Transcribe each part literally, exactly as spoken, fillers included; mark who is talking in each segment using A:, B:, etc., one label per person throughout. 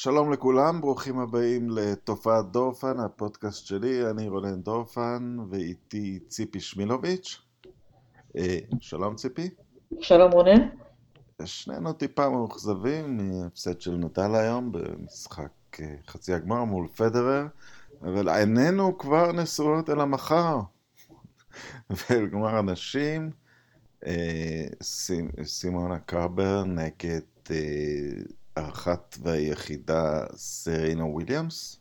A: שלום לכולם, ברוכים הבאים לתופעת דורפן, הפודקאסט שלי, אני רונן דורפן ואיתי ציפי שמילוביץ'. אה, שלום ציפי.
B: שלום רונן.
A: שנינו טיפה מאוכזבים מהפסד של נדל היום במשחק אה, חצי הגמר מול פדרר, אבל עינינו כבר נשואות אל המחר ואל גמר הנשים. אה, סימ, סימונה קרבר נגד אה, האחת והיחידה סרינה וויליאמס.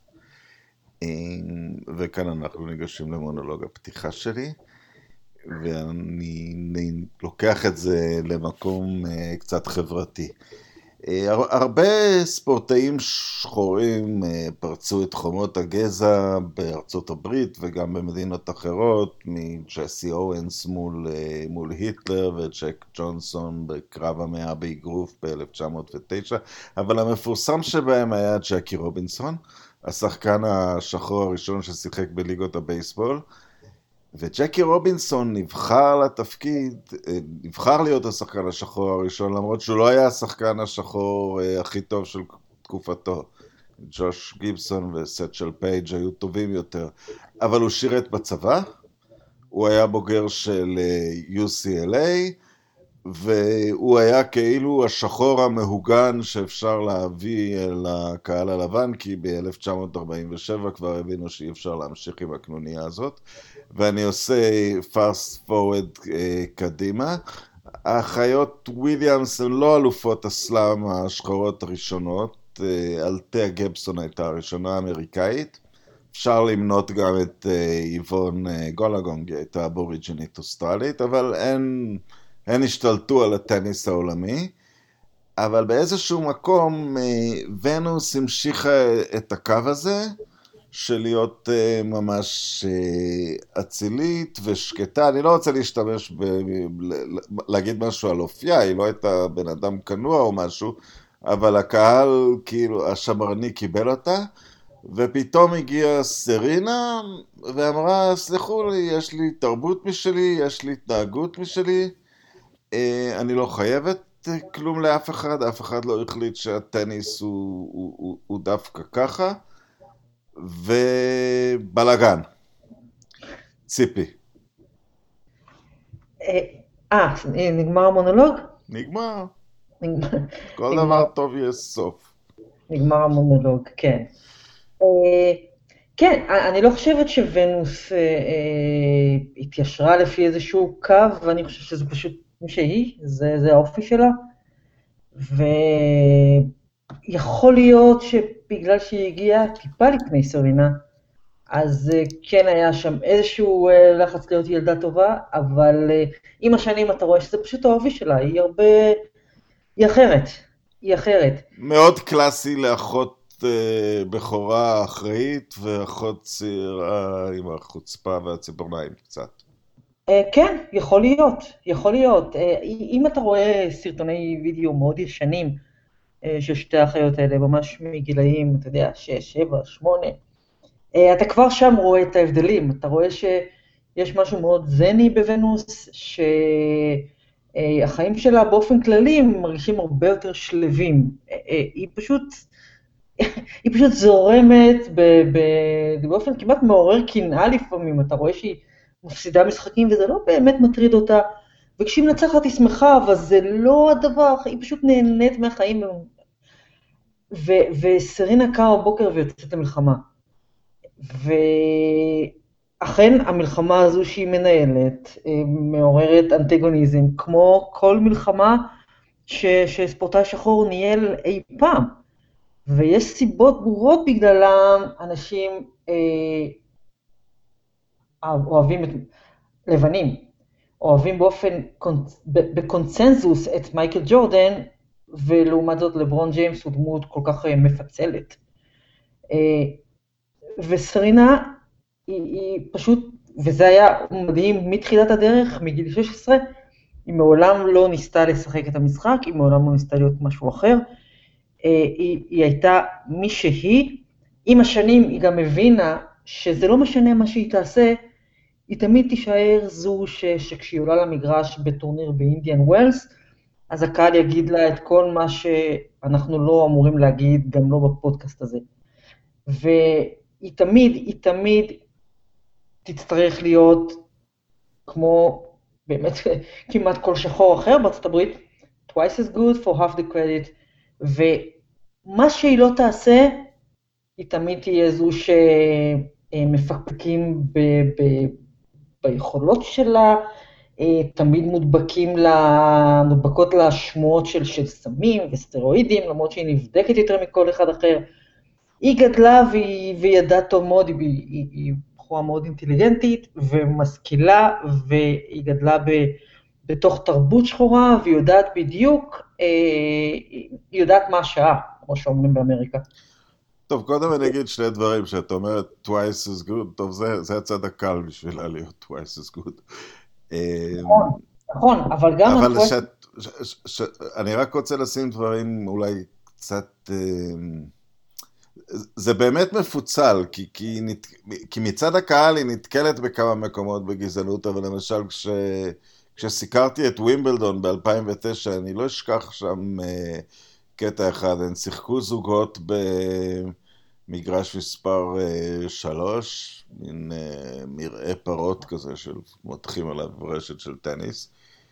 A: וכאן אנחנו ניגשים למונולוג הפתיחה שלי, ואני אני לוקח את זה למקום uh, קצת חברתי. Uh, הרבה ספורטאים שחורים uh, פרצו את חומות הגזע בארצות הברית וגם במדינות אחרות, מג'סי אוונס מול, uh, מול היטלר וג'ק ג'ונסון בקרב המאה באגרוף ב-אלף תשע מאות ותשע, אבל המפורסם שבהם היה ג'קי רובינסון, השחקן השחור הראשון ששיחק בליגות הבייסבול. וג'קי רובינסון נבחר לתפקיד, נבחר להיות השחקן השחור הראשון, למרות שהוא לא היה השחקן השחור הכי טוב של תקופתו. ג'וש גיבסון וסטשל פייג' היו טובים יותר, אבל הוא שירת בצבא, הוא היה בוגר של יו סי אל איי, והוא היה כאילו השחור המהוגן שאפשר להביא אל הקהל הלבן, כי ב-אלף תשע מאות ארבעים ושבע כבר הבינו שאי אפשר להמשיך עם הקנוניה הזאת. ואני עושה fast forward uh, קדימה. האחיות וויליאמס הן לא אלופות הסלאם השחורות הראשונות, uh, אלתיה גבסון הייתה הראשונה האמריקאית. אפשר למנות גם את uh, איבון uh, גולגונג, היא הייתה אבוריג'ינית אוסטרלית, אבל הן, הן השתלטו על הטניס העולמי. אבל באיזשהו מקום uh, ונוס המשיכה את הקו הזה, של להיות uh, ממש uh, אצילית ושקטה. אני לא רוצה להשתמש ב... ל- להגיד משהו על אופייה, היא לא הייתה בן אדם כנוע או משהו, אבל הקהל, כאילו, השמרני קיבל אותה, ופתאום הגיעה סרינה ואמרה, סלחו לי, יש לי תרבות משלי, יש לי התנהגות משלי, uh, אני לא חייבת כלום לאף אחד, אף אחד לא החליט שהטניס הוא, הוא, הוא, הוא דווקא ככה, ובלגן. ציפי.
B: אה, נגמר המונולוג?
A: נגמר.
B: נגמר,
A: כל
B: נגמר,
A: דבר טוב יש סוף.
B: נגמר המונולוג, כן. אה, כן, אני לא חושבת שוונוס אה, אה, התיישרה לפי איזשהו קו, ואני חושבת שזה פשוט מי שהיא, זה, זה האופי שלה. ויכול להיות שבגלל שהיא הגיעה טיפה לפני סרינה, אז כן היה שם איזשהו לחץ להיות ילדה טובה, אבל עם השנים אתה רואה שזה פשוט האופי שלה, היא הרבה, היא אחרת, היא אחרת.
A: מאוד קלאסי לאחות אה, בכורה אחראית, ואחות צעירה עם החוצפה והציפורניים קצת.
B: כן, יכול להיות, יכול להיות. אם אתה רואה סרטוני וידאו מאוד ישנים, של שתי האחיות האלה, ממש מגילאים, אתה יודע, שש, שבע, שמונה, אתה כבר שם רואה את ההבדלים, אתה רואה שיש משהו מאוד זני בוונוס, שהחיים שלה באופן כללי מרגישים הרבה יותר שלווים, היא פשוט, היא פשוט זורמת באופן כמעט מעורר קנאה לפעמים, אתה רואה שהיא מפסידה משחקים וזה לא באמת מטריד אותה, וכשהיא מנצחת היא שמחה, אבל זה לא הדבר, היא פשוט נהנית מהחיים, וסרינה קמה בבוקר ויוצאת למלחמה. ואכן המלחמה הזו שהיא מנהלת מעוררת אנטגוניזם, כמו כל מלחמה ש... שספורטאי שחור ניהל אי פעם. ויש סיבות ברורות בגללם אנשים אה, אוהבים את לבנים, אוהבים באופן, בקונצנזוס את מייקל ג'ורדן, ולעומת זאת לברון ג'יימס הוא דמות כל כך מפצלת. וסרינה היא, היא פשוט, וזה היה מדהים מתחילת הדרך, מגיל שש עשרה, היא מעולם לא ניסתה לשחק את המשחק, היא מעולם לא ניסתה להיות משהו אחר, היא, היא הייתה מי שהיא, עם השנים היא גם הבינה שזה לא משנה מה שהיא תעשה, היא תמיד תישאר זו ש, שכשהיא עולה למגרש בטורניר באינדיאן ווילס, אז הקהל יגיד לה את כל מה אנחנו לא אמורים להגיד, גם לא בפודקאסט הזה. והיא תמיד, היא תמיד תצטרך להיות כמו באמת כמעט כל שחור אחר בארצות הברית, twice as good for half the credit, ומה שהיא לא תעשה, היא תמיד תהיה זו שמפקפקים ב, ב, ביכולות שלה, תמיד מודבקים לה, מודבקות לה שמועות של, של סמים וסטרואידים, למרות שהיא נבדקת יותר מכל אחד אחר. היא גדלה והיא, והיא ידעה טוב מאוד, היא, היא, היא בחורה מאוד אינטליגנטית ומשכילה, והיא גדלה ב, בתוך תרבות שחורה, והיא יודעת בדיוק, היא יודעת מה השעה, כמו שאומרים באמריקה.
A: טוב, קודם אני אגיד שני דברים, שאת אומרת twice as good, טוב, זה, זה הצד הקל בשבילה להיות twice as good.
B: נכון, נכון, אבל גם...
A: אבל שאת, ש, ש, ש, אני רק רוצה לשים דברים אולי קצת... זה באמת מפוצל, כי, כי, כי מצד הקהל היא נתקלת בכמה מקומות בגזענות, אבל למשל כש, כשסיקרתי את ווימבלדון ב-אלפיים ותשע, אני לא אשכח שם קטע אחד, הם שיחקו זוגות במגרש מספר שלוש, מין מראה פרות כזה של מותחים עליו רשת של טניס,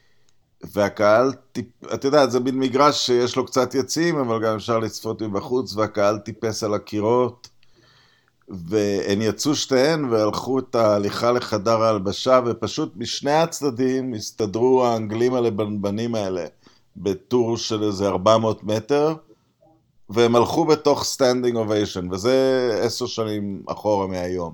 A: והקהל, אתה יודע, זה מין מגרש שיש לו קצת יציאים, אבל גם אפשר לצפות מבחוץ, והקהל טיפס על הקירות, והן יצאו שתיהן והלכו את ההליכה לחדר ההלבשה, ופשוט משני הצדדים הסתדרו האנגלים הלבנבנים האלה, בטור של איזה ארבע מאות מטר, והם הלכו בתוך סטנדינג אוביישן, וזה עשר שנים אחורה מהיום.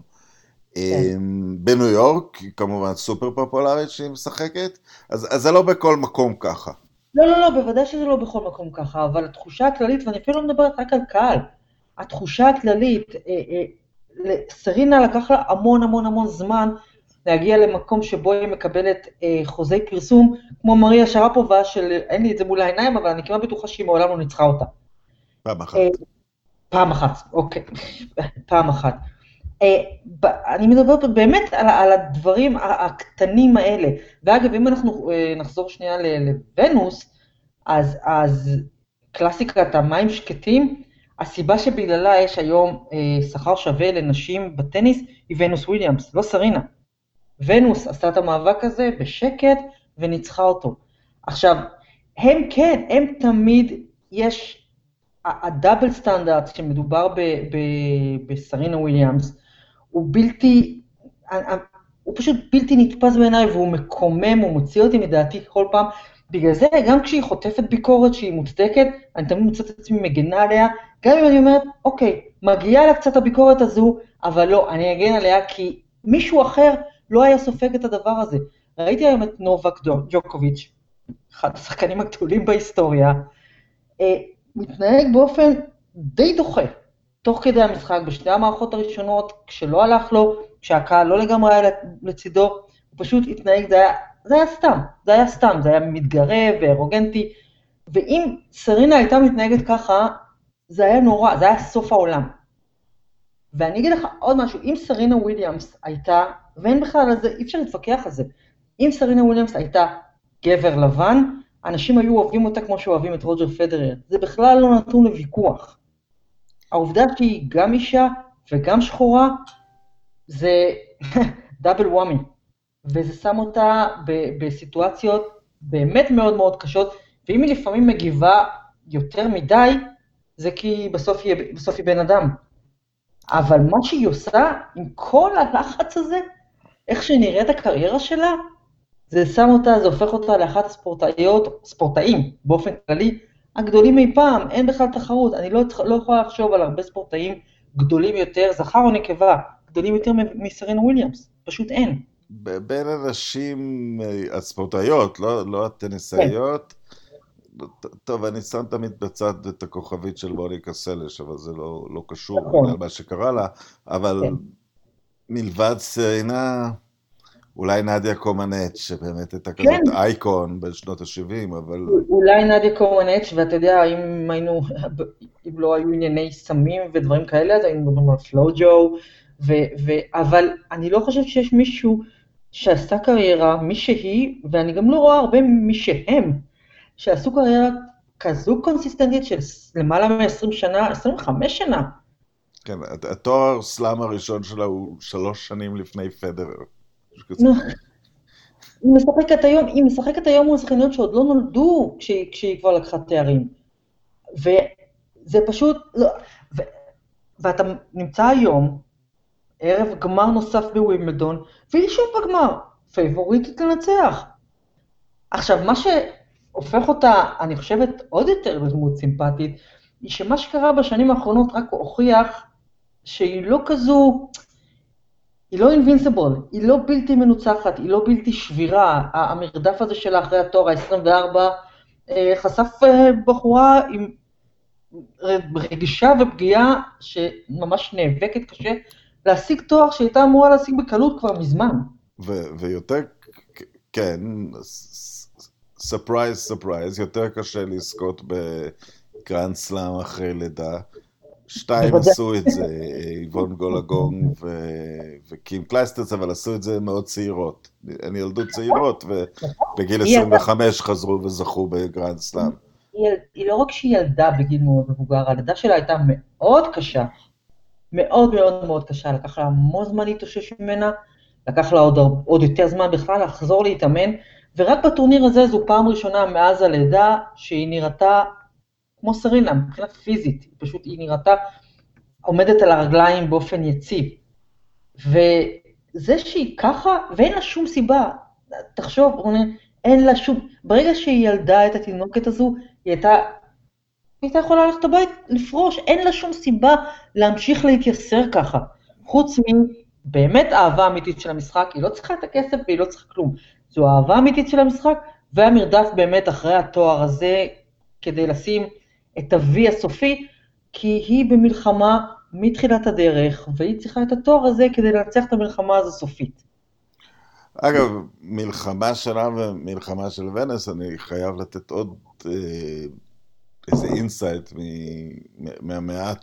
A: בניו יורק, כמובן סופר פופולרית שהיא משחקת, אז, אז זה לא בכל מקום ככה.
B: לא, לא, לא, בוודאי שזה לא בכל מקום ככה, אבל התחושה הכללית, ואני אפילו לא מדברת רק על קהל, התחושה הכללית, אה, אה, לסרינה לקח לה המון המון המון זמן, להגיע למקום שבו היא מקבלת אה, חוזי פרסום, כמו מריה שרפובה, של אין לי את זה מול העיניים, אבל אני כמעט בטוחה שהיא מעולם לא ניצחה אותה.
A: פעם אחת.
B: אה, פעם אחת, אוקיי, פעם אחת. אני מדברת באמת על, על הדברים הקטנים האלה, ואגב אם אנחנו נחזור שנייה לוונוס, אז, אז קלאסיקת המים שקטים, הסיבה שבגללה יש היום שכר שווה לנשים בטניס היא ונוס וויליאמס, לא סרינה. ונוס עשתה את המאבק הזה בשקט וניצחה אותו. עכשיו, הם כן, הם תמיד יש, הדאבל סטנדרט שמדובר ב, ב, בסרינה וויליאמס, הוא בלתי, הוא פשוט בלתי נתפס בעיניי, והוא מקומם, הוא מוציא אותי מדעתי כל פעם, בגלל זה גם כשהיא חוטפת ביקורת שהיא מוצדקת, אני תמיד מוצאת את עצמי מגנה עליה, גם אם אני אומרת, אוקיי, מגיעה לה קצת הביקורת הזו, אבל לא, אני אגן עליה, כי מישהו אחר לא היה סופג את הדבר הזה. ראיתי היום את נובק ג'וקוביץ', אחד השחקנים הגדולים בהיסטוריה, מתנהג באופן די דוחה, תוך כדי המשחק, בשתי המערכות הראשונות, כשלא הלך לו, כשהקהל לא לגמרי היה לצידו, הוא פשוט התנהג, זה היה, זה היה סתם, זה היה סתם, זה היה מתגרה ואירוגנטי, ואם סרינה הייתה מתנהגת ככה, זה היה נורא, זה היה סוף העולם. ואני אגיד לך עוד משהו, אם סרינה וויליאמס הייתה, ואין בכלל על זה, אי אפשר להתווכח על זה, אם סרינה וויליאמס הייתה גבר לבן, אנשים היו אוהבים אותה כמו שאוהבים את רוג'ר פדרר, זה בכלל לא נתון לוויכוח. העובדה שהיא גם אישה וגם שחורה, זה דאבל וואמי, וזה שם אותה ב- בסיטואציות באמת מאוד מאוד קשות, ואם היא לפעמים מגיבה יותר מדי, זה כי בסוף היא, בסוף היא בן אדם. אבל מה שהיא עושה עם כל הלחץ הזה, איך שנראית הקריירה שלה, זה שם אותה, זה הופך אותה לאחת הספורטאיות, ספורטאים באופן כללי, הגדולים אי פעם, אין בכלל תחרות, אני לא, לא יכולה לחשוב על הרבה ספורטאים גדולים יותר, זכר או נקבה, גדולים יותר מסרינה וויליאמס, פשוט אין.
A: בין אנשים, הספורטאיות, לא, לא הטניסאיות, טוב, אני שם תמיד בצד את הכוכבית של מוניקה סלש, אבל זה לא, לא קשור בגלל מה שקרה לה, אבל מלבד סרינה, אולי נדיה קומנץ' שבאמת הייתה כזאת אייקון בשנות ה-שבעים, אבל...
B: אולי נדיה קומנץ', ואתה יודע, אם היינו, אם לא היו ענייני סמים ודברים כאלה, אז היינו מדברים על פלוג'ו, אבל אני לא חושבת שיש מישהו שעשתה קריירה, מי שהיא, ואני גם לא רואה הרבה מי שהם, שעשו קריירה כזו קונסיסטנטית של למעלה מ-עשרים שנה, עשרים וחמש שנה.
A: כן, התואר סלאם הראשון שלה הוא שלוש שנים לפני פדרר.
B: נו, היא משחקת היום, היא משחקת היום מול שחקניות שעוד לא נולדו כשהיא, כשהיא כבר לקחה תארים. וזה פשוט, לא, ו, ואתה נמצא היום, ערב גמר נוסף בווימבלדון, והיא שוב בגמר, פייבוריטית לנצח. עכשיו, מה שהופך אותה, אני חושבת, עוד יותר לדמות סימפטית, היא שמה שקרה בשנים האחרונות רק הוכיח שהיא לא כזו, היא לא אינבינסיבול, היא לא בלתי מנוצחת, היא לא בלתי שבירה. המרדף הזה שלה אחרי התואר ה-עשרים וארבע חשף בחורה עם רגישה ופגיעה שממש נאבקת קשה להשיג תואר שהייתה אמורה להשיג בקלות כבר מזמן.
A: ויותר, כן, ספרייז, ספרייז, יותר קשה לזכות בגרנד סלאם אחרי לידה. שתיים עשו את זה, איבון גולגונג וקים קלייסטרס, אבל עשו את זה מאוד צעירות. הן ילדו צעירות, ובגיל עשרים וחמש חזרו וזכו בגרנד סלאם.
B: היא לא רק שהיא ילדה בגיל מאוד מבוגר, הלידה שלה הייתה מאוד קשה, מאוד מאוד מאוד קשה, לקח לה המון זמן להתאושש ממנה, לקח לה עוד, עוד יותר זמן בכלל לחזור להתאמן, ורק בטורניר הזה זו פעם ראשונה מאז הלידה שהיא נראתה כמו סרינה, מבחינה פיזית, פשוט היא נראתה עומדת על הרגליים באופן יציב, וזה שהיא ככה, ואין לה שום סיבה, תחשוב, רונן, אין לה שום, ברגע שהיא ילדה את התינוקת הזו, היא הייתה, היא הייתה יכולה ללכת הבית, לפרוש, אין לה שום סיבה להמשיך להתייסר ככה, חוץ מבאמת אהבה אמיתית של המשחק, היא לא צריכה את הכסף והיא לא צריכה כלום, זו אהבה אמיתית של המשחק, והמרדף באמת אחרי התואר הזה, כדי לשים את ה-V הסופי, כי היא במלחמה מתחילת הדרך, והיא צריכה את התואר הזה כדי לנצח את המלחמה הזו סופית.
A: אגב, מלחמה שלה ומלחמה של ונס, אני חייב לתת עוד אה, איזה אינסייט מהמעט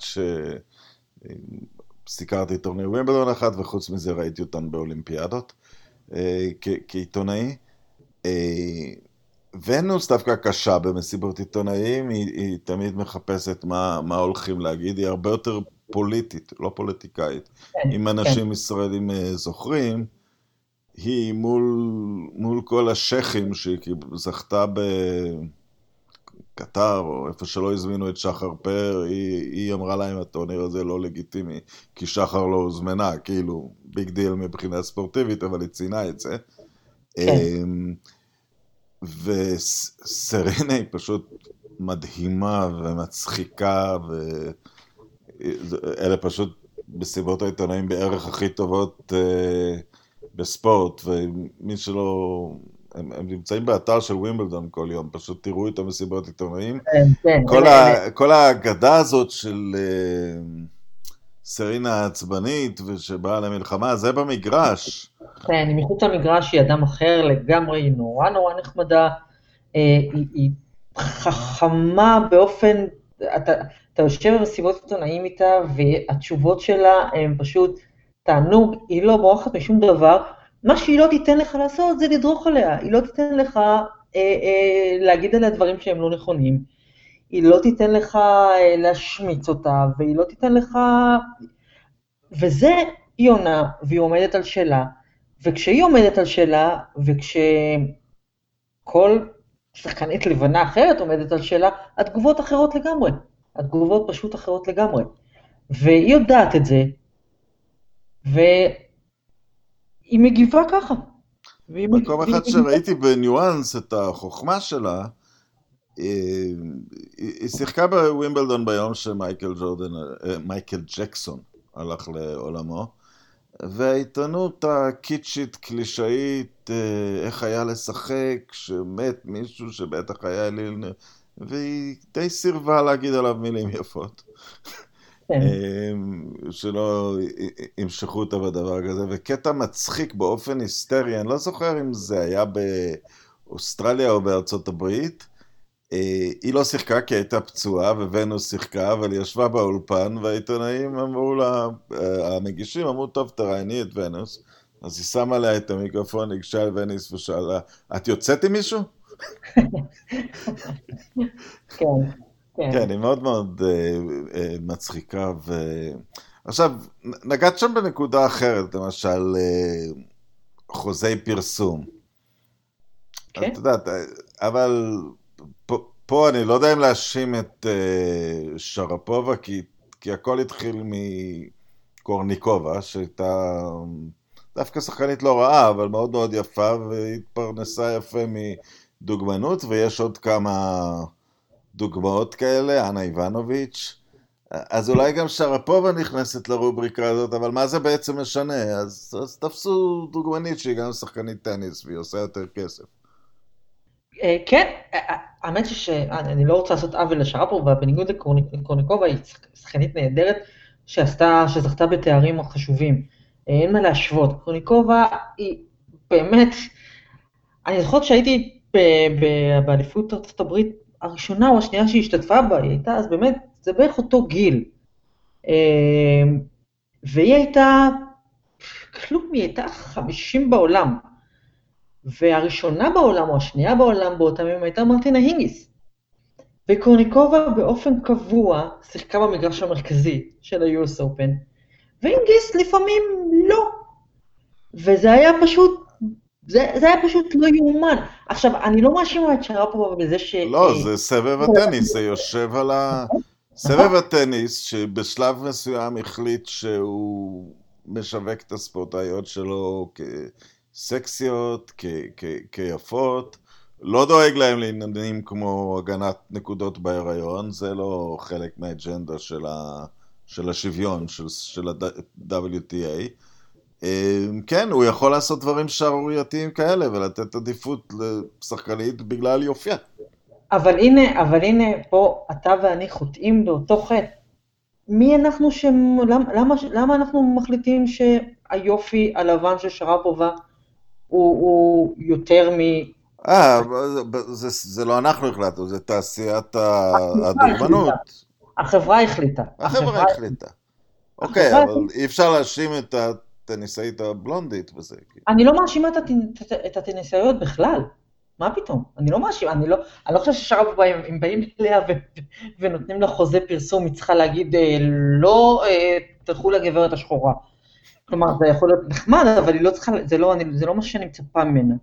A: שסיקרתי טורניר ווימבלדון אחת, וחוץ מזה ראיתי אותן באולימפיאדות אה, כעיתונאי. אה, ונוס דווקא קשה במסיבות עיתונאים, היא, היא תמיד מחפשת מה, מה הולכים להגיד, היא הרבה יותר פוליטית, לא פוליטיקאית.
B: כן,
A: אם אנשים כן. ישראלים זוכרים, היא מול, מול כל השכים שהיא זכתה בקטר, או איפה שלא הזמינו את שחר פר, היא, היא אמרה להם, הטורניר הזה לא לגיטימי, כי שחר לא הוזמנה, כאילו ביג דיל מבחינה ספורטיבית, אבל היא ציינה את זה. כן. וסרינה היא פשוט מדהימה ומצחיקה, ואלה פשוט בסיבות העיתונאים בערך הכי טובות בספורט, ומי שלא, הם, הם נמצאים באתר של ווימבלדון כל יום, פשוט תראו את המסיבות עיתונאים. כל, ה, כל ההגדה הזאת של סרינה העצבנית ושבאה למלחמה, זה במגרש.
B: כן, היא מחוץ למגרש, היא אדם אחר לגמרי, היא נורא נורא נחמדה, היא, היא חכמה באופן, אתה, אתה יושב במסיבות עיתונאים איתה, והתשובות שלה הן פשוט תענוג, היא לא בורחת משום דבר, מה שהיא לא תיתן לך לעשות זה לדרוך עליה, היא לא תיתן לך אה, אה, להגיד עליה דברים שהם לא נכונים, היא לא תיתן לך אה, להשמיץ אותה, והיא לא תיתן לך, וזה היא עונה, והיא עומדת על שלה, וכשהיא עומדת על שלה, וכשכל שחקנית לבנה אחרת עומדת על שלה, התגובות אחרות לגמרי, התגובות פשוט אחרות לגמרי, והיא יודעת את זה, והיא מגיבה ככה.
A: מקום אחד שראיתי בניואנס את החוכמה שלה, היא שיחקה בווימבלדון ביום שמייקל ג'ורדן, מייקל ג'קסון הלך לעולמו, והעיתונות הקיצ'ית, קלישאית, איך היה לשחק, שמת מישהו שבטח היה אליל, והיא די סירבה להגיד עליו מילים יפות. שלא ימשכו אותה בדבר כזה, וקטע מצחיק באופן היסטרי, אני לא זוכר אם זה היה באוסטרליה או בארצות הברית, היא לא שיחקה כי הייתה פצועה, וונוס שיחקה, אבל היא ישבה באולפן, והעיתונאים אמרו לה, המגישים אמרו, טוב, תראייני את ונוס, אז היא שמה לה את המיקרופון, ניגשה לוונוס ושאלה, את יוצאת עם מישהו?
B: כן, כן.
A: כן, היא מאוד מאוד אה, אה, מצחיקה. ו... עכשיו, נגעת שם בנקודה אחרת, למשל אה, חוזי פרסום. אז
B: כן?
A: את יודעת, אבל פה, פה אני לא יודע אם להאשים את uh, שרפובה, כי, כי הכל התחיל מקורניקובה, שהייתה דווקא שחקנית לא רעה, אבל מאוד מאוד יפה, והתפרנסה יפה מדוגמנות, ויש עוד כמה דוגמאות כאלה, אנה איבנוביץ'. אז אולי גם שרפובה נכנסת לרובריקה הזאת, אבל מה זה בעצם משנה? אז, אז תפסו דוגמנית שהיא גם שחקנית טניס, והיא עושה יותר כסף.
B: כן, האמת היא שאני לא רוצה לעשות עוול לשרפובה, בניגוד לקורניקובה, היא שחקנית נהדרת שעשתה, שזכתה בתארים חשובים. אין מה להשוות. קורניקובה היא באמת, אני זוכרת שהייתי באליפות ארצות הברית הראשונה או השנייה שהיא השתתפה בה, היא הייתה אז באמת, זה בערך אותו גיל. והיא הייתה, כלום, היא הייתה חמישים בעולם. והראשונה בעולם, או השנייה בעולם באותם ימים, הייתה מרטינה הינגיס. וקורניקובה באופן קבוע שיחקה במגרש המרכזי של ה-יו אס Open, והינגיס לפעמים לא. וזה היה פשוט, זה, זה היה פשוט לא יאומן. עכשיו, אני לא מאשימה את שרפובה בזה ש...
A: לא, זה סבב הטניס, זה יושב על ה... סבב הטניס, שבשלב מסוים החליט שהוא משווק את הספורטאיות שלו כסקסיות, כיפות, לא דואג להם לעניינים כמו הגנת נקודות בהיריון, זה לא חלק מהאג'נדה של, ה... של השוויון, של, של ה-דאבליו טי איי. כן, הוא יכול לעשות דברים שערורייתיים כאלה, ולתת עדיפות לשחקנית בגלל יופייה.
B: אבל הנה, אבל הנה, פה אתה ואני חוטאים באותו חטא. מי אנחנו ש... למה, למה, למה אנחנו מחליטים שהיופי הלבן של שרפובה הוא, הוא יותר מ...
A: אה, זה, זה לא אנחנו החלטנו, זה תעשיית הדוגמנות.
B: החברה החליטה.
A: החברה החליטה. אוקיי, אבל אי אפשר להאשים את הטניסאית הבלונדית בזה.
B: אני לא מאשימה את הטניסאיות בכלל. מה פתאום? אני לא מאשים, אני לא, אני לא חושב ששרפובה, אם באים אליה ונותנים לה חוזה פרסום, היא צריכה להגיד, לא תלכו לגברת השחורה. כלומר, זה יכול להיות נחמד, אבל היא לא צריכה, זה לא, זה לא מה שאני מצפה ממנה.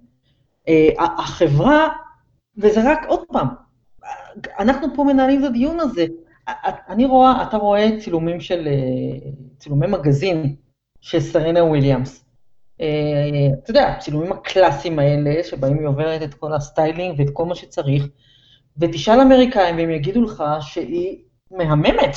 B: החברה, וזה רק עוד פעם, אנחנו פה מנהלים את הדיון הזה, אני רואה, אתה רואה צילומים של, צילומי מגזין של סרינה וויליאמס. אתה יודע, צילומים הקלאסיים האלה, שבהם היא עוברת את כל הסטיילינג ואת כל מה שצריך, ותשאל אמריקאים והם יגידו לך שהיא מהממת.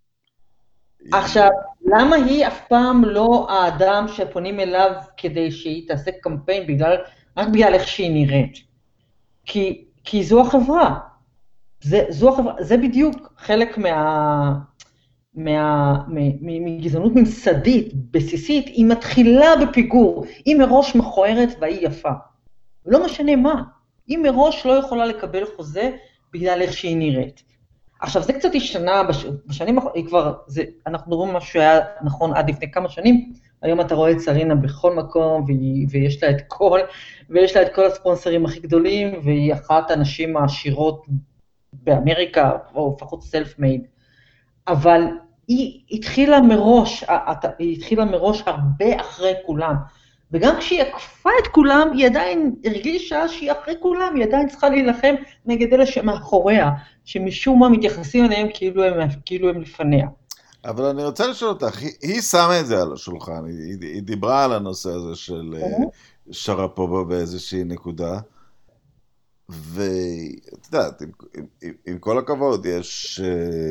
B: עכשיו, למה היא אף פעם לא האדם שפונים אליו כדי שהיא תעשה קמפיין בגלל, רק בגלל איך שהיא נראית? כי, כי זו החברה. זה, זו החברה, זה בדיוק חלק מה, מה, מגזענות ממסדית, בסיסית, היא מתחילה בפיגור, היא מראש מכוערת והיא יפה. לא משנה מה, היא מראש לא יכולה לקבל חוזה בגלל איך שהיא נראית. עכשיו, זה קצת השתנה, בשנים, היא כבר, זה, אנחנו רואים משהו שהיה נכון עד לפני כמה שנים, היום אתה רואה את סרינה בכל מקום, והיא, ויש לה את כל, ויש לה את כל הספונסרים הכי גדולים, והיא אחת הנשים העשירות באמריקה, או לפחות סלף מייד. אבל היא התחילה מראש, היא התחילה מראש הרבה אחרי כולם, וגם כשהיא עקפה את כולם, היא עדיין הרגישה שהיא אחרי כולם, היא עדיין צריכה להילחם נגד אלה שמאחוריה, שמשום מה מתייחסים אליהם כאילו הם, כאילו הם לפניה.
A: אבל אני רוצה לשאול אותך, היא, היא שמה את זה על השולחן, היא, היא דיברה על הנושא הזה של שרפובה באיזושהי נקודה, ואת יודעת, עם, עם, עם כל הכבוד, יש...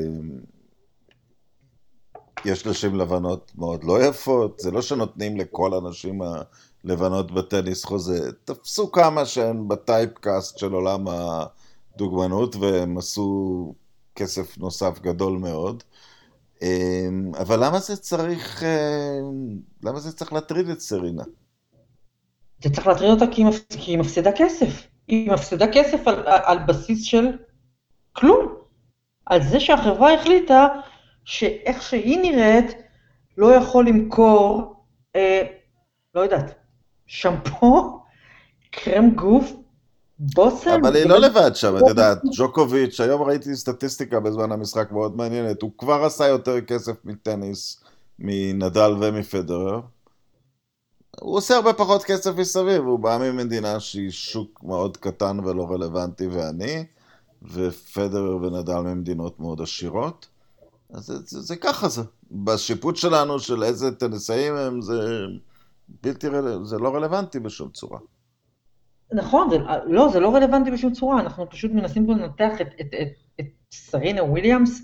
A: יש נשים לבנות מאוד לא יפות, זה לא שנותנים לכל הנשים הלבנות בטניס חוזה, תפסו כמה שהן בטייפקאסט של עולם הדוגמנות, והם עשו כסף נוסף גדול מאוד, אבל למה זה צריך, למה זה צריך להטריד את סרינה?
B: זה צריך להטריד אותה כי היא מפסידה כסף, היא מפסידה כסף על, על בסיס של כלום, על זה שהחברה החליטה, שאיך שהיא נראית, לא יכול למכור, אה, לא יודעת, שמפו, קרם גוף, בוסם...
A: אבל היא לא לבד שם, את יודעת, ג'וקוביץ', היום ראיתי סטטיסטיקה בזמן המשחק מאוד מעניינת, הוא כבר עשה יותר כסף מטניס, מנדל ומפדרר. הוא עושה הרבה פחות כסף מסביב, הוא בא ממדינה שהיא שוק מאוד קטן ולא רלוונטי ועני, ופדרר ונדל ממדינות מאוד עשירות. אז זה, זה, זה ככה זה. בשיפוט שלנו של איזה טניסאים הם, זה בלתי, זה לא רלוונטי בשום צורה.
B: נכון, זה, לא, זה לא רלוונטי בשום צורה, אנחנו פשוט מנסים פה לנתח את, את, את, את סרינה וויליאמס,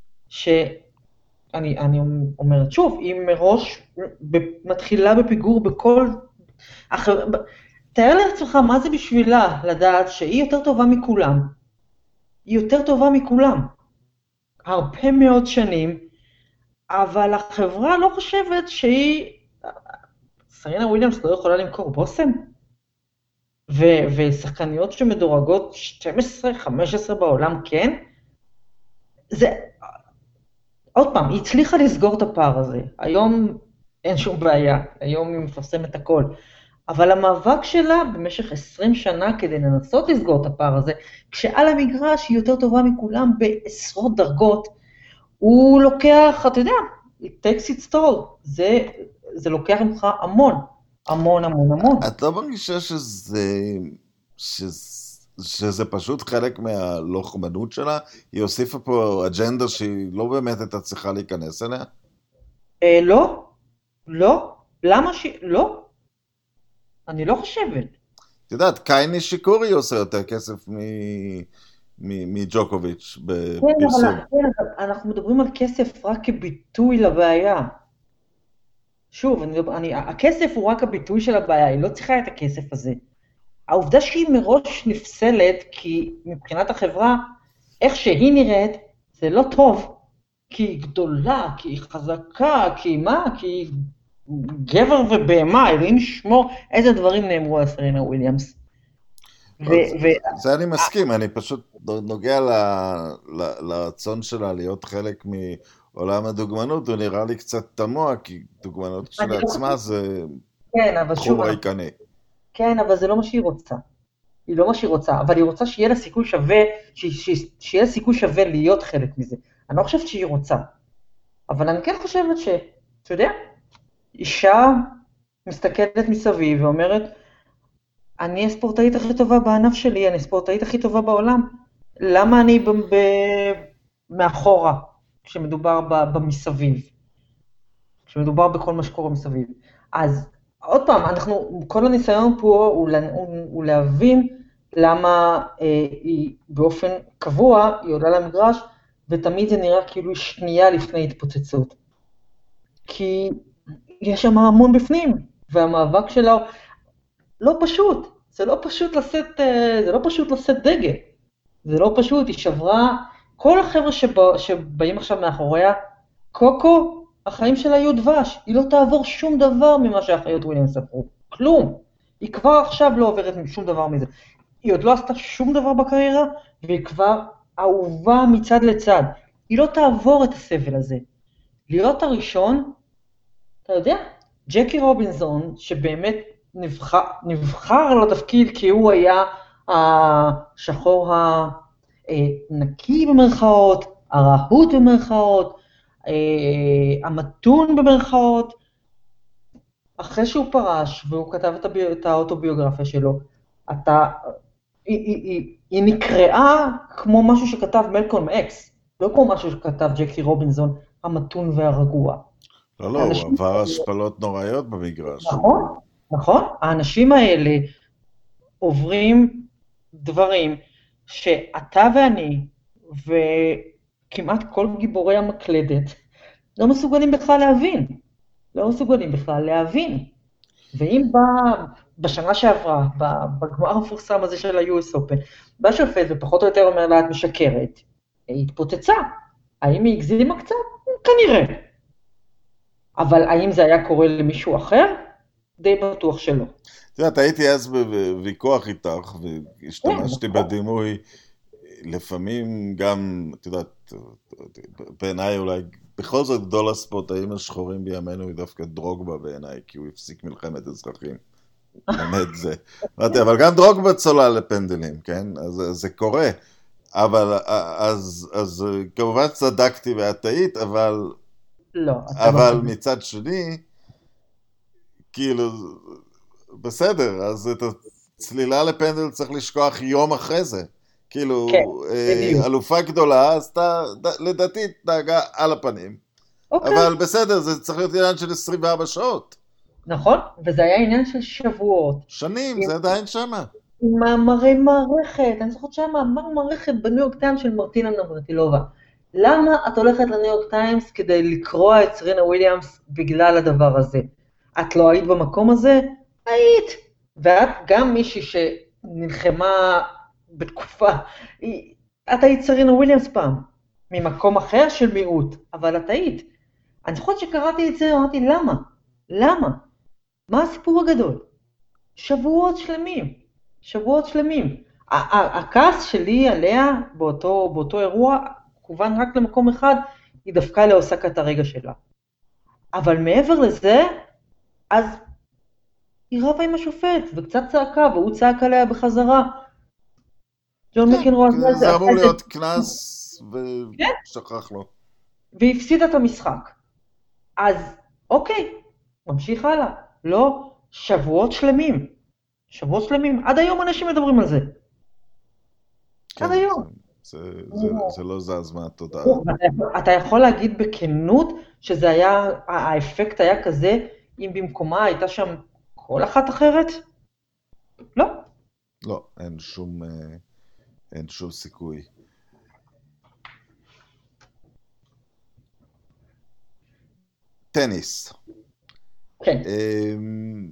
B: שאני אני אומרת שוב, היא מראש מתחילה בפיגור בכל... אחר, תאר לעצמך מה זה בשבילה לדעת שהיא יותר טובה מכולם. היא יותר טובה מכולם. הרבה מאוד שנים, אבל החברה לא חושבת שהיא... סרינה וויליאמס לא יכולה למכור בוסם? ו- ושחקניות שמדורגות שתים עשרה חמש עשרה בעולם, כן? זה... עוד פעם, היא הצליחה לסגור את הפער הזה. היום אין שום בעיה, היום היא מפרסמת הכל. אבל המאבק שלה במשך עשרים שנה כדי לנסות לסגור את הפער הזה, כשעל המגרש היא יותר טובה מכולם בעשרות דרגות, הוא לוקח, אתה יודע, it takes its toll. זה, זה לוקח ממך המון, המון המון המון.
A: את לא מרגישה שזה, שזה, שזה פשוט חלק מהלוחמנות שלה? היא הוסיפה פה אג'נדה שהיא לא באמת הייתה צריכה להיכנס אליה?
B: אה, לא, לא. למה ש... לא. אני לא חושבת.
A: את יודעת, קייני שיקורי עושה יותר כסף מ... מג'וקוביץ' בפרסום.
B: כן, אבל אנחנו מדברים על כסף רק כביטוי לבעיה. שוב, אני, אני, הכסף הוא רק הביטוי של הבעיה, היא לא צריכה את הכסף הזה. העובדה שהיא מראש נפסלת, כי מבחינת החברה, איך שהיא נראית, זה לא טוב. כי היא גדולה, כי היא חזקה, כי היא מה? כי היא גבר ובהמה, אלוהים שמור, איזה דברים נאמרו על סרינה וויליאמס.
A: זה אני מסכים, אני פשוט נוגע לרצון שלה להיות חלק מעולם הדוגמנות, הוא נראה לי קצת תמוה, כי דוגמנות כשלעצמה זה תחום ריקני.
B: כן, אבל זה לא מה שהיא רוצה. היא לא מה שהיא רוצה, אבל היא רוצה שיהיה לה סיכוי שווה, שיהיה לה סיכוי שווה להיות חלק מזה. אני לא חושבת שהיא רוצה, אבל אני כן חושבת ש, אתה יודע, אישה מסתכלת מסביב ואומרת, אני הספורטאית הכי טובה בענף שלי, אני הספורטאית הכי טובה בעולם, למה אני ב- ב- מאחורה כשמדובר ב- במסביב, כשמדובר בכל מה שקורה מסביב. אז עוד פעם, אנחנו, כל הניסיון פה הוא, הוא, הוא להבין למה אה, היא באופן קבוע, היא עולה למגרש, ותמיד זה נראה כאילו שנייה לפני התפוצצות. כי יש שם המון בפנים, והמאבק שלה לא פשוט, זה לא פשוט לשאת, זה לא פשוט לשאת דגל, זה לא פשוט, היא שברה, כל החבר'ה שבא, שבאים עכשיו מאחוריה, קוקו, החיים שלה יהיו דבש, היא לא תעבור שום דבר ממה שהחיות וויליאמס עברו, כלום, היא כבר עכשיו לא עוברת שום דבר מזה, היא עוד לא עשתה שום דבר בקריירה, והיא כבר אהובה מצד לצד, היא לא תעבור את הסבל הזה, להיות הראשון, אתה יודע, ג'קי רובינזון, שבאמת נבחר, נבחר לתפקיד כי הוא היה השחור הנקי במרכאות, הרהוט במרכאות, המתון במרכאות, אחרי שהוא פרש והוא כתב את, הבי... את האוטוביוגרפיה שלו, אתה, היא, היא, היא, היא נקראה כמו משהו שכתב מלקולם אקס, לא כמו משהו שכתב ג'קי רובינזון, המתון והרגוע.
A: לא, לא, הוא עבר השפלות נוראיות במגרש.
B: נכון, נכון. האנשים האלה עוברים דברים שאתה ואני, וכמעט כל גיבורי המקלדת, לא מסוגלים בכלל להבין. לא מסוגלים בכלל להבין. ואם בא בשנה שעברה, בגמר המפורסם הזה של ה-יו אס Open, בא שופט ופחות או יותר אומר לה, את משקרת, היא התפוצצה. האם היא הגזימה קצת? כנראה. אבל האם זה היה קורה למישהו אחר? די בטוח שלא.
A: את יודעת, הייתי אז בוויכוח איתך, והשתמשתי בדימוי, לפעמים גם, את יודעת, בעיניי אולי, בכל זאת גדול הספורטאים השחורים בימינו, היא דווקא דרוגבה בעיניי, כי הוא הפסיק מלחמת אזרחים. באמת זה. אמרתי, אבל גם דרוגבה צולל לפנדלים, כן? אז זה קורה. אבל, אז, אז כמובן צדקתי והטעית, אבל,
B: לא, אתה לא
A: אבל
B: צודק.
A: מצד שני, כאילו, בסדר, אז את הצלילה לפנדל צריך לשכוח יום אחרי זה. כאילו,
B: כן,
A: אה,
B: בדיוק.
A: אלופה גדולה, אז אתה, לדעתי, התנהגה על הפנים.
B: אוקיי,
A: אבל בסדר, זה צריך להיות עניין של עשרים וארבע שעות.
B: נכון, וזה היה עניין של שבועות.
A: שנים,
B: עם,
A: זה עדיין שמה.
B: עם מאמרי מערכת, אני זוכרת שהיה מאמר מערכת בניו יורק טיימס של מרטינה נברטילובה. למה את הולכת לניו יורק טיימס כדי לקרוע את סרינה וויליאמס בגלל הדבר הזה? את לא היית במקום הזה? היית. ואת גם מישהי שנלחמה בתקופה, היא- את היית סרינה וויליאמס פעם, ממקום אחר של מיעוט, אבל את היית. אני זוכרת שקראתי את זה, אמרתי, למה? למה? מה הסיפור הגדול? שבועות שלמים, שבועות שלמים. ה- ה- הכעס שלי עליה באותו, באותו אירוע, כוון רק למקום אחד, היא דווקא להוסקת הרגע שלה. אבל מעבר לזה, אז היא רבה עם השופט, וקצת צעקה, והוא צעק עליה בחזרה. ג'ון
A: כן,
B: מקנרו עשה את זה,
A: זה
B: עשה
A: אמור
B: את זה,
A: להיות קנס
B: כן,
A: ושכח לו.
B: והפסיד את המשחק. אז אוקיי, ממשיך הלאה. לא, שבועות שלמים. שבועות שלמים. עד היום אנשים מדברים על זה. עד
A: כן,
B: היום.
A: זה, זה, זה, זה לא זז מהתודעה.
B: אתה- אתה יכול להגיד בכנות שזה היה, האפקט היה כזה, אם במקומה הייתה שם כל אחת אחרת? לא.
A: לא, אין שום, אה, אין שום סיכוי. טניס.
B: כן.
A: אמ,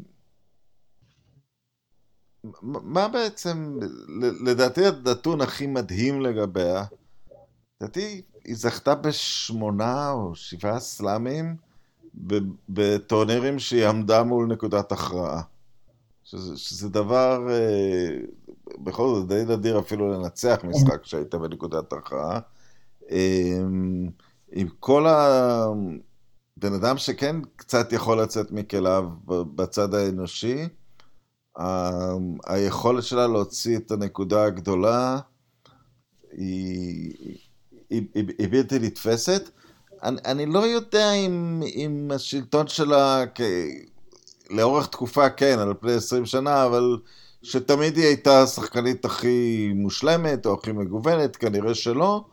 A: מה בעצם, ל- לדעתי הנתון הכי מדהים לגביה, לדעתי היא זכתה בשמונה או שבעה סלאמים ב- בטורנירים שהיא עמדה מול נקודת הכרעה. שזה, שזה דבר, אה, בכל זאת די נדיר אפילו לנצח משחק שהיית בנקודת הכרעה. אמ, עם כל הבן אדם שכן קצת יכול לצאת מכליו בצד האנושי, ה- היכולת שלה להוציא את הנקודה הגדולה היא, היא, היא, היא בלתי נתפסת. אני, אני לא יודע אם, אם השלטון שלה כ, לאורך תקופה כן, על פני עשרים שנה, אבל שתמיד היא הייתה השחקנית הכי מושלמת או הכי מגוונת, כנראה שלא.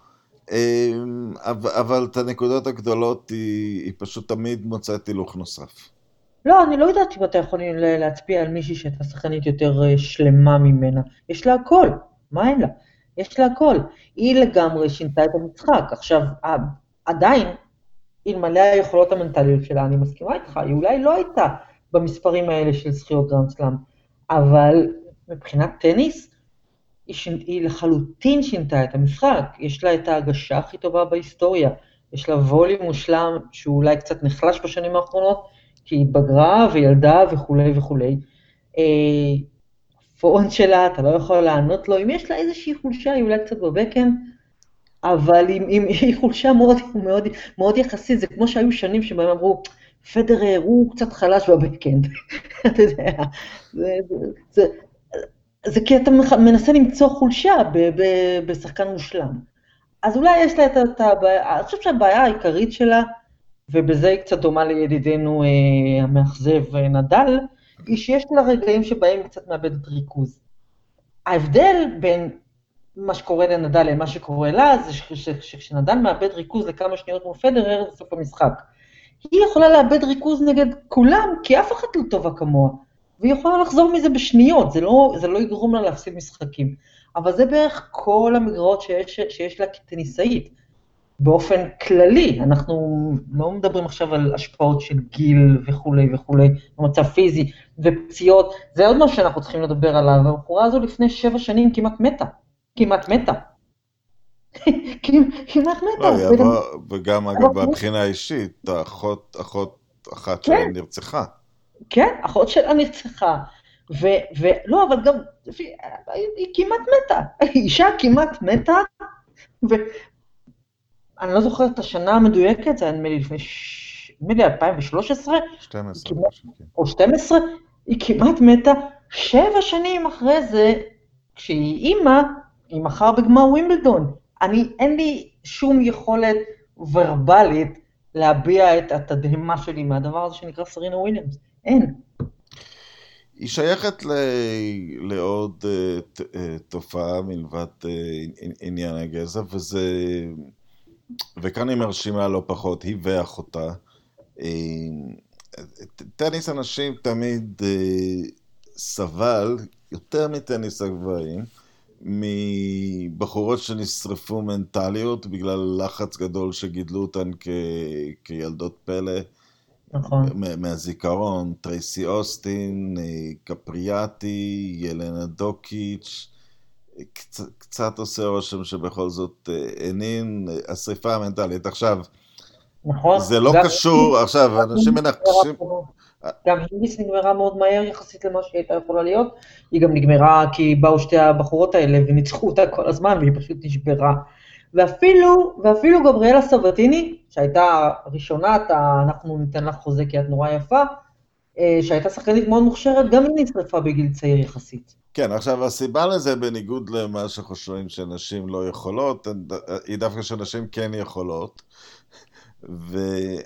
A: אמ, אבל, אבל את הנקודות הגדולות היא, היא פשוט תמיד מוצאת הילוך נוסף.
B: לא, אני לא יודעת אם אתה יכול ל- להצביע על מישהי שהייתה שחקנית יותר אה, שלמה ממנה. יש לה הכל. מה אין לה? יש לה הכל. היא לגמרי שינתה את המשחק. עכשיו, ה- עדיין, אלמלא היכולות המנטליות שלה, אני מסכימה איתך, היא אולי לא הייתה במספרים האלה של זכיות גרנד סלאם, אבל מבחינת טניס, היא, שינ... היא לחלוטין שינתה את המשחק, יש לה את ההגשה הכי טובה בהיסטוריה, יש לה וולי מושלם שהוא אולי קצת נחלש בשנים האחרונות, כי היא בגרה וילדה וכולי וכולי. אה, פורן שלה, אתה לא יכול לענות לו, אם יש לה איזושהי חולשה, היא אולי קצת בבקן, אבל עם, עם, היא חולשה מאוד, מאוד, מאוד יחסית, זה כמו שהיו שנים שבהם אמרו, פדרר הוא קצת חלש בבקאנד, אתה יודע, זה, זה, זה, זה כי אתה מנסה למצוא חולשה ב, ב, בשחקן מושלם. אז אולי יש לה את, את הבעיה, אני חושב שהבעיה העיקרית שלה, ובזה היא קצת דומה לידידנו אה, המאכזב אה, נדל, היא שיש לה רגעים שבהם היא קצת מאבדת ריכוז. ההבדל בין מה שקורה לנדל למה שקורה לה, זה שכשנדל מאבד ריכוז לכמה שניות כמו פדרר, זה סוף המשחק. היא יכולה לאבד ריכוז נגד כולם, כי אף אחד לא טובה כמוה, והיא יכולה לחזור מזה בשניות, זה לא, זה לא יגרום לה להפסיד משחקים. אבל זה בערך כל המגרעות שיש, שיש לה כטניסאית. באופן כללי, אנחנו לא מדברים עכשיו על השפעות של גיל וכולי וכולי, במצב פיזי ופציעות, זה עוד משהו שאנחנו צריכים לדבר עליו, והבחורה הזו לפני שבע שנים כמעט מתה, כמעט מתה. כמעט
A: לא,
B: מתה.
A: היא עברה, וגם אגב, מהבחינה האישית, האחות, אחות אחת שלה
B: כן,
A: נרצחה.
B: כן, אחות שלה נרצחה, ולא, אבל גם, היא כמעט מתה, אישה כמעט מתה, אני לא זוכרת את השנה המדויקת, זה היה נדמה לי לפני, נדמה לי אלפיים ושלוש עשרה,
A: שתים עשרה,
B: כמעט,
A: משהו, כן.
B: או שתים עשרה, היא כמעט מתה, שבע שנים אחרי זה, כשהיא אימא, היא מחר בגמר ווימבלדון. אני, אין לי שום יכולת ורבלית להביע את התדהמה שלי מהדבר הזה שנקרא סרינה וויליאמס. אין.
A: היא שייכת ל... לעוד uh, ת, uh, תופעה מלבד uh, עניין הגזע, וזה... וכאן היא מרשימה לא פחות, היא ואחותה. Uh, טניס אנשים תמיד uh, סבל, יותר מטניס הגברים, מבחורות שנשרפו מנטליות בגלל לחץ גדול שגידלו אותן כ... כילדות פלא.
B: נכון.
A: מהזיכרון, טרייסי אוסטין, קפריאטי, ילנה דוקיץ', קצת, קצת עושה רושם שבכל זאת הנין, השריפה המנטלית. עכשיו,
B: נכון.
A: זה לא קשור, עכשיו, אנשים מנחשים...
B: גם הידיס נגמרה מאוד מהר יחסית למה שהייתה יכולה להיות, היא גם נגמרה כי באו שתי הבחורות האלה וניצחו אותה כל הזמן והיא פשוט נשברה. ואפילו, ואפילו גבריאלה סבתיני, שהייתה ראשונת, אנחנו ניתן לך חוזה כי את נורא יפה, שהייתה שחקנית מאוד מוכשרת, גם היא נשרפה בגיל צעיר יחסית.
A: כן, עכשיו הסיבה לזה, בניגוד למה שחושבים שנשים לא יכולות, היא דווקא שנשים כן יכולות, והן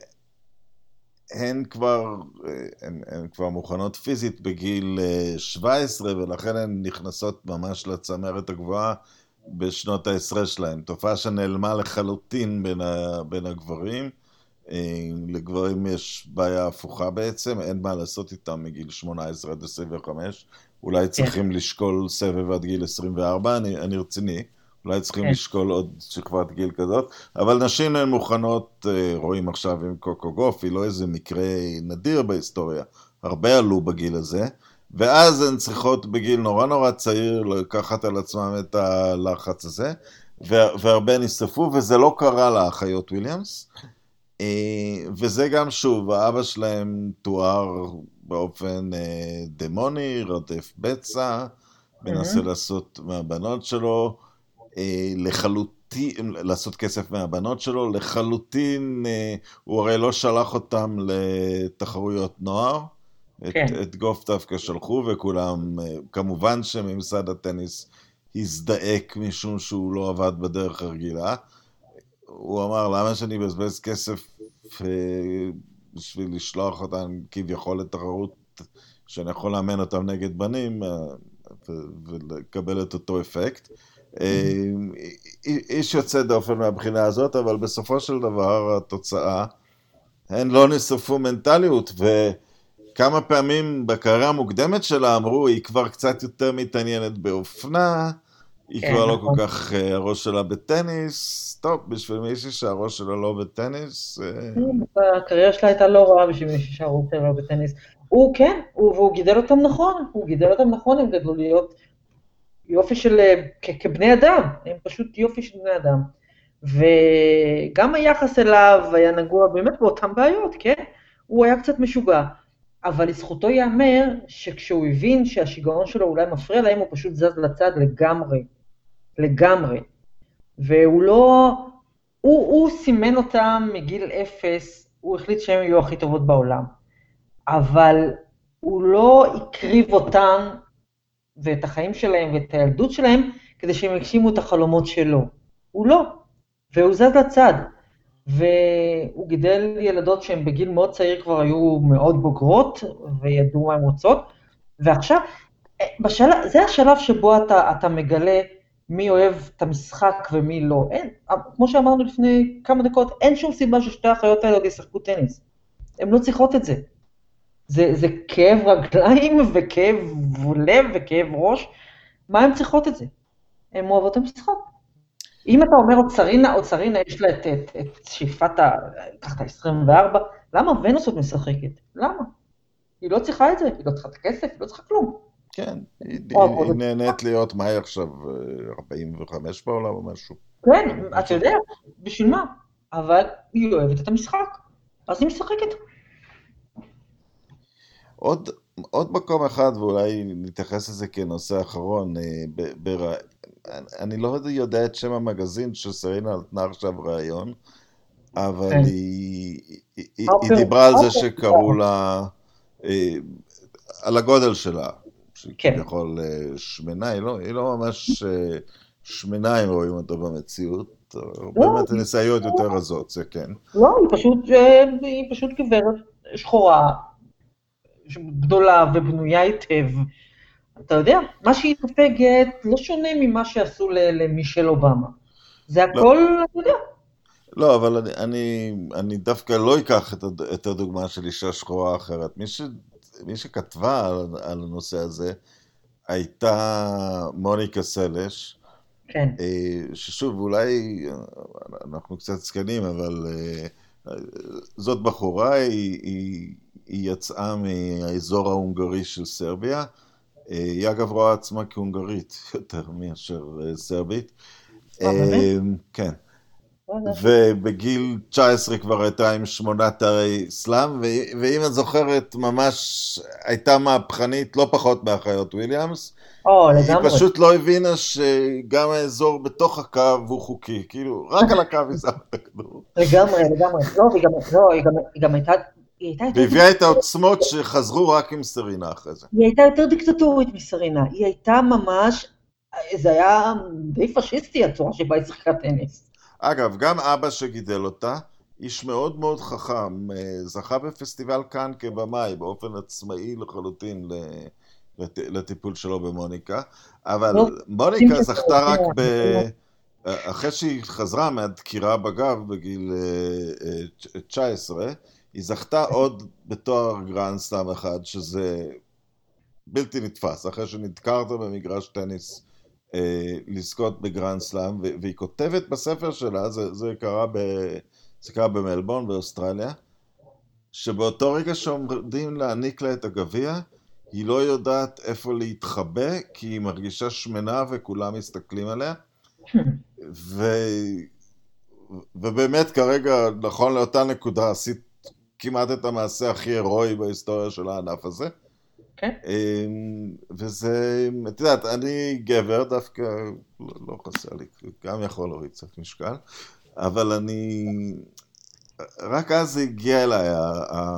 A: כבר, הן, הן כבר מוכנות פיזית בגיל שבע עשרה, ולכן הן נכנסות ממש לצמרת הגבוהה, בשנות העשרה שלהם, תופעה שנעלמה לחלוטין בין, ה, בין הגברים. לגברים יש בעיה הפוכה בעצם, אין מה לעשות איתם מגיל שמונה עשרה עד עשרים וחמש, אולי צריכים yeah. לשקול סבב עד גיל עשרים וארבע, אני, אני רציני, אולי צריכים yeah. לשקול עוד שכבת גיל כזאת, אבל נשים הן מוכנות, רואים עכשיו עם קוקו גוף, היא לא איזה מקרה נדיר בהיסטוריה, הרבה עלו בגיל הזה, ואז הן צריכות בגיל נורא נורא צעיר לקחת על עצמם את הלחץ הזה, והרבה נשרפו, וזה לא קרה לאחיות וויליאמס, וזה גם שוב, האבא שלהם תואר באופן דמוני, רודף בצע, מנסה לעשות מהבנות שלו, לחלוטין, לעשות כסף מהבנות שלו, לחלוטין, הוא הרי לא שלח אותם לתחרויות נוער, כן. את, את גוף דווקא שלחו, וכולם, כמובן שממסד הטניס הזדעק משום שהוא לא עבד בדרך הרגילה. הוא אמר, למה שאני בזבז כסף בשביל לשלוח אותם כביכול לתחרות שאני יכול לאמן אותם נגד בנים ולקבל את אותו אפקט. איש יוצא דופן מהבחינה הזאת, אבל בסופו של דבר התוצאה, הן לא נשרפו מנטליות, ו... כמה פעמים בקריירה המוקדמת שלה אמרו, היא כבר קצת יותר מתעניינת באופנה, היא כן, כבר נכון. לא כל כך הראש שלה בטניס, טוב, בשביל מישהי שהראש שלה לא בטניס.
B: הקריירה שלה הייתה לא רעה בשביל מישהי שהראש שלה לא בטניס. הוא כן, הוא, והוא גידל אותם נכון, הוא גידל אותם נכון, הם גדלו להיות יופי של, כ- כבני אדם, הם פשוט יופי של בני אדם. וגם היחס אליו היה נגוע באמת באותם בעיות, כן? הוא היה קצת משוגע. אבל לזכותו ייאמר שכשהוא הבין שהשיגעון שלו אולי מפריע להם, הוא פשוט זז לצד לגמרי, לגמרי. והוא לא, הוא, הוא סימן אותם מגיל אפס, הוא החליט שהם יהיו הכי טובות בעולם. אבל הוא לא הקריב אותם ואת החיים שלהם ואת הילדות שלהם, כדי שהם יגשימו את החלומות שלו. הוא לא, והוא זז לצד. והוא גידל ילדות שהן בגיל מאוד צעיר כבר היו מאוד בוגרות, וידעו מה הן רוצות, ועכשיו, בשלב, זה השלב שבו אתה, אתה מגלה מי אוהב את המשחק ומי לא. אין, כמו שאמרנו לפני כמה דקות, אין שום סיבה ששתי האחיות האלה עוד ישחקו טניס. הן לא צריכות את זה. זה, זה כאב רגליים וכאב לב וכאב ראש. מה הן צריכות את זה? הן אוהבות את המשחק. אם אתה אומר אוצרינה, אוצרינה יש לה את, את, את שאיפת ה... ככה עשרים וארבע, למה ונוס עוד משחקת? למה? היא לא צריכה את זה, היא לא צריכה את הכסף, היא לא צריכה כלום.
A: כן, היא, היא, היא נהנית להיות מה היא עכשיו, ארבעים וחמש בעולם או משהו.
B: כן, אתה יודע, בשביל מה? אבל היא אוהבת את המשחק, אז היא משחקת.
A: עוד, עוד מקום אחד, ואולי נתייחס לזה כנושא אחרון, ב, ב, אני לא יודע את שם המגזין שסרינה נתנה עכשיו רעיון, אבל כן. היא, היא, היא דיברה על זה שקראו לה על הגודל שלה, שהיא
B: כן.
A: כביכול שמנה, היא לא, היא לא ממש שמנה אם רואים אותה במציאות, הרבה מהטניסאיות יותר רזות, זה כן.
B: לא, היא פשוט, היא פשוט גברת שחורה, גדולה ובנויה היטב. אתה יודע, מה שהיא סופגת לא שונה ממה שעשו למישל אובמה. זה הכל, אתה יודע.
A: לא, אבל אני, אני, אני דווקא לא אקח את, את הדוגמה של אישה שחורה אחרת. מי, ש, מי שכתבה על, על הנושא הזה הייתה מוניקה סלש.
B: כן.
A: ששוב, אולי אנחנו קצת זקנים, אבל זאת בחורה, היא, היא, היא יצאה מהאזור ההונגרי של סרביה. היא אגב רואה עצמה כהונגרית יותר מאשר סרבית. כן. ובגיל תשע עשרה כבר הייתה עם שמונה תארי סלאם, ואם את זוכרת, ממש הייתה מהפכנית, לא פחות מאחיות וויליאמס. היא פשוט לא הבינה שגם האזור בתוך הקו הוא חוקי, כאילו, רק על הקו היא שמה את הכדור.
B: לגמרי, לגמרי. לא, היא גם הייתה...
A: והביאה את העוצמות שחזרו רק עם סרינה אחרי זה.
B: היא הייתה יותר דיקטטורית מסרינה, היא הייתה ממש, זה היה די פשיסטי הצורה שבה היא שיחקה טניס.
A: אגב, גם אבא שגידל אותה, איש מאוד מאוד חכם, זכה בפסטיבל כאן כבמאי, באופן עצמאי לחלוטין לטיפול שלו במוניקה, אבל מוניקה זכתה רק ב... אחרי שהיא חזרה מהדקירה בגב בגיל תשע עשרה, היא זכתה עוד בתואר גרנד סלאם אחד, שזה בלתי נתפס, אחרי שנדקרת במגרש טניס, לזכות בגרנד סלאם, והיא כותבת בספר שלה, זה, זה, קרה ב, זה קרה במלבורן, באוסטרליה, שבאותו רגע שעומדים להעניק לה את הגביע, היא לא יודעת איפה להתחבא, כי היא מרגישה שמנה וכולם מסתכלים עליה, ו, ובאמת כרגע, נכון לאותה נקודה, עשית כמעט את המעשה הכי הירואי בהיסטוריה של הענף הזה.
B: כן.
A: וזה, את יודעת, אני גבר דווקא, לא, לא חסר לי, גם יכול להוריד קצת משקל, אבל אני, רק אז זה הגיע אליי, ה, ה,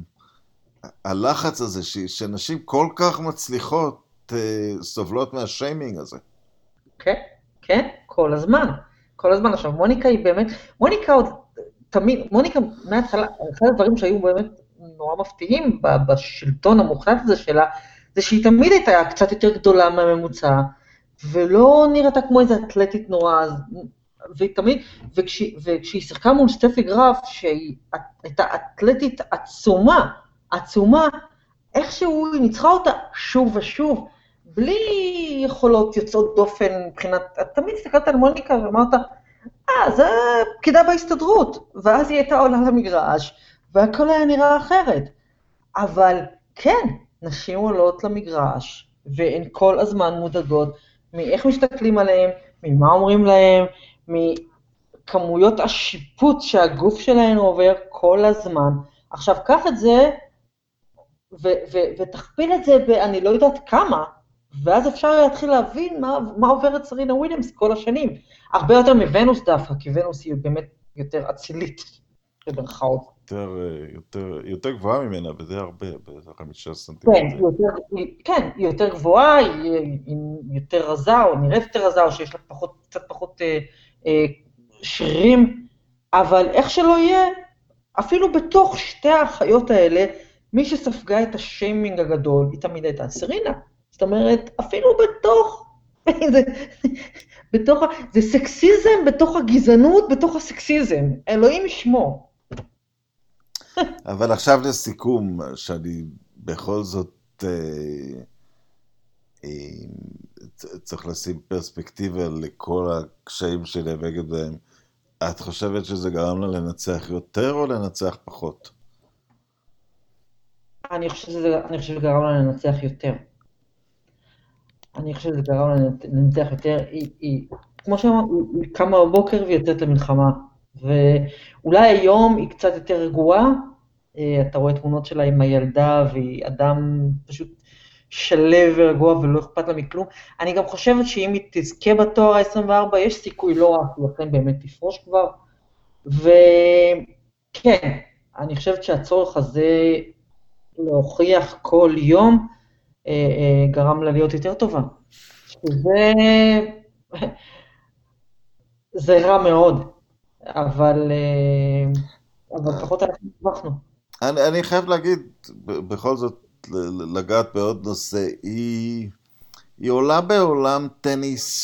A: הלחץ הזה, ש, שנשים כל כך מצליחות סובלות מהשיימינג הזה.
B: כן, כן, כל הזמן, כל הזמן. עכשיו, מוניקה היא באמת, מוניקה עוד, תמיד, מוניקה מההתחלה, אחד הדברים שהיו באמת נורא מפתיעים בשלטון המוחלט הזה שלה, זה שהיא תמיד הייתה קצת יותר גדולה מהממוצע, ולא נראתה כמו איזו אתלטית נורא, והיא תמיד, וכשהיא, וכשהיא שיחקה מול סטפי גרף, שהיא הייתה אתלטית עצומה, עצומה, איכשהו היא ניצחה אותה שוב ושוב, בלי יכולות יוצאות דופן מבחינת, את תמיד הסתכלת על מוניקה ואמרת, אה, זה פקידה בהסתדרות, ואז היא הייתה עולה למגרש, והכל היה נראה אחרת. אבל כן, נשים עולות למגרש, והן כל הזמן מודאגות מאיך מסתכלים עליהם, ממה אומרים להם, מכמויות השיפוט שהגוף שלהן עובר כל הזמן. עכשיו, קח את זה, ו- ו- ותכפיל את זה באני לא יודעת כמה, ואז אפשר להתחיל להבין מה, מה עוברת סרינה וויליאמס כל השנים. הרבה יותר מוונוס דווקא, כי ונוס היא באמת יותר אצילית, בברכאות.
A: יותר, יותר, יותר גבוהה ממנה, וזה הרבה, ב-חמישה סנטימטר.
B: כן, כן, היא יותר גבוהה, היא, היא יותר רזה, או נראית יותר רזה, או שיש לה פחות, קצת פחות אה, אה, שרירים, אבל איך שלא יהיה, אפילו בתוך שתי האחיות האלה, מי שספגה את השיימינג הגדול, היא תמיד הייתה סרינה. זאת אומרת, אפילו בתוך, זה, בתוך, זה סקסיזם בתוך הגזענות, בתוך הסקסיזם. אלוהים ישמור.
A: אבל עכשיו לסיכום, שאני בכל זאת אה, אה, צריך לשים פרספקטיבה לכל הקשיים שנאבקת בהם. את חושבת שזה גרם לה לנצח יותר או לנצח פחות?
B: אני חושב שזה, אני חושב שזה גרם לה לנצח יותר. אני חושב שזה גרם לה לנצח יותר. היא, היא, כמו שאמרנו, היא קמה בבוקר והיא יוצאת למלחמה. ואולי היום היא קצת יותר רגועה, אתה רואה תמונות שלה עם הילדה, והיא אדם פשוט שלב ורגוע ולא אכפת לה מכלום. אני גם חושבת שאם היא תזכה בתואר ה-עשרים וארבע, יש סיכוי לא רק, לכן באמת תפרוש כבר. וכן, אני חושבת שהצורך הזה להוכיח כל יום, אה, אה, גרם לה להיות יותר טובה. שזה זה רע מאוד, אבל, אה, אבל לפחות אנחנו הצלחנו.
A: אני, אני חייב להגיד, ב- בכל זאת, ל- ל- לגעת בעוד נושא, היא, היא עולה בעולם טניס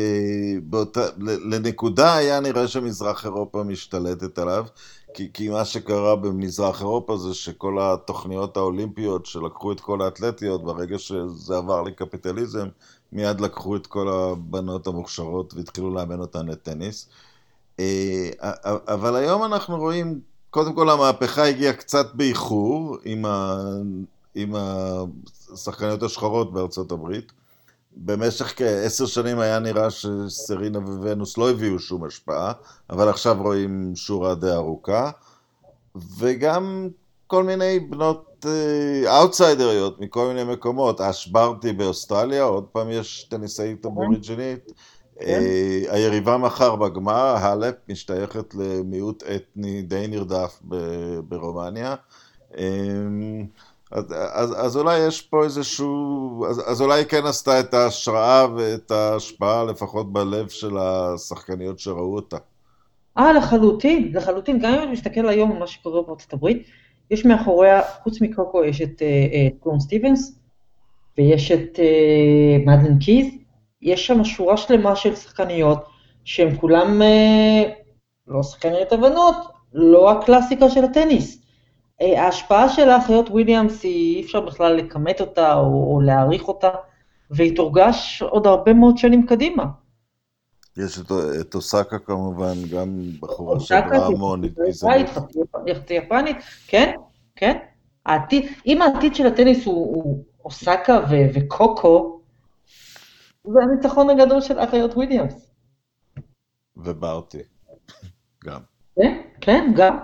A: שלנקודה היה נראה שמזרח אירופה משתלטת עליו, כי, כי מה שקרה במזרח אירופה זה שכל התוכניות האולימפיות שלקחו את כל האתלטיות, ברגע שזה עבר לקפיטליזם, מיד לקחו את כל הבנות המוכשרות והתחילו לאמן אותן לטניס. אה, אבל היום אנחנו רואים, קודם כל המהפכה הגיעה קצת באיחור עם, ה, עם השחקניות השחורות בארצות הברית. במשך כעשר שנים היה נראה שסרינה וונוס לא הביאו שום השפעה, אבל עכשיו רואים שורה די ארוכה, וגם כל מיני בנות אאוטסיידריות מכל מיני מקומות. אש ברטי באוסטרליה, עוד פעם יש טניסאית אבוריג'ינית.
B: כן?
A: Uh, היריבה מחר בגמר, האלפ, משתייכת למיעוט אתני די נרדף ב- ברומניה. Um, אז, אז, אז אולי יש פה איזשהו, אז, אז אולי היא כן עשתה את ההשראה ואת ההשפעה, לפחות בלב של השחקניות שראו אותה.
B: אה, לחלוטין, לחלוטין. גם אם אני מסתכל היום על מה שקורה בארצות הברית, יש מאחוריה, חוץ מקוקו, יש את קלון סטיבנס, ויש את uh, מדלן קיז. יש שם שורה שלמה של שחקניות, שהן כולם uh, לא שחקניות הבנות, לא הקלאסיקה של הטניס. Uh, ההשפעה של האחיות וויליאמס, היא, אי אפשר בכלל לכמת אותה או, או להעריך אותה, והיא תורגש עוד הרבה מאוד שנים קדימה.
A: יש את, את אוסקה כמובן, גם בחורה
B: אוסקה
A: שעברה
B: זה
A: המון
B: בית,
A: גזענות.
B: חצי יפנית, כן, כן. העתיד, אם העתיד של הטניס הוא, הוא אוסקה ו- וקוקו, זה הניצחון הגדול של אחיות וויליאמס.
A: וברטי, גם.
B: כן, כן, גם.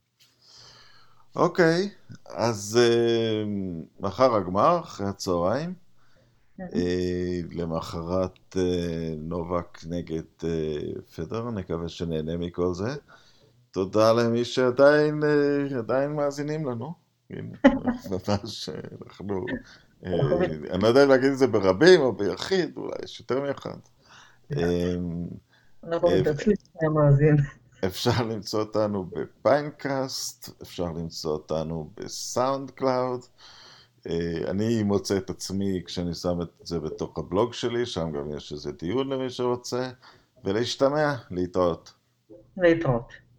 A: אוקיי, אז אה, מחר הגמר, אחרי הצהריים. אה, למחרת אה, נובק נגד אה, פדר, נקווה שנהנה מכל זה. תודה למי שעדיין אה, עדיין מאזינים לנו. הנה, ממש אה, אנחנו, אה, אני לא יודע אם להגיד את זה ברבים או ביחיד, אולי יש יותר מאחד. אה,
B: אנחנו
A: אה,
B: מתעצלים מהמאזין.
A: אפשר למצוא אותנו בפיינקאסט, אפשר למצוא אותנו בסאונד קלאוד. אני מוצא את עצמי כשאני שם את זה בתוך הבלוג שלי, שם גם יש איזה דיון למי שרוצה, ולהשתמע, להתראות.
B: להתראות.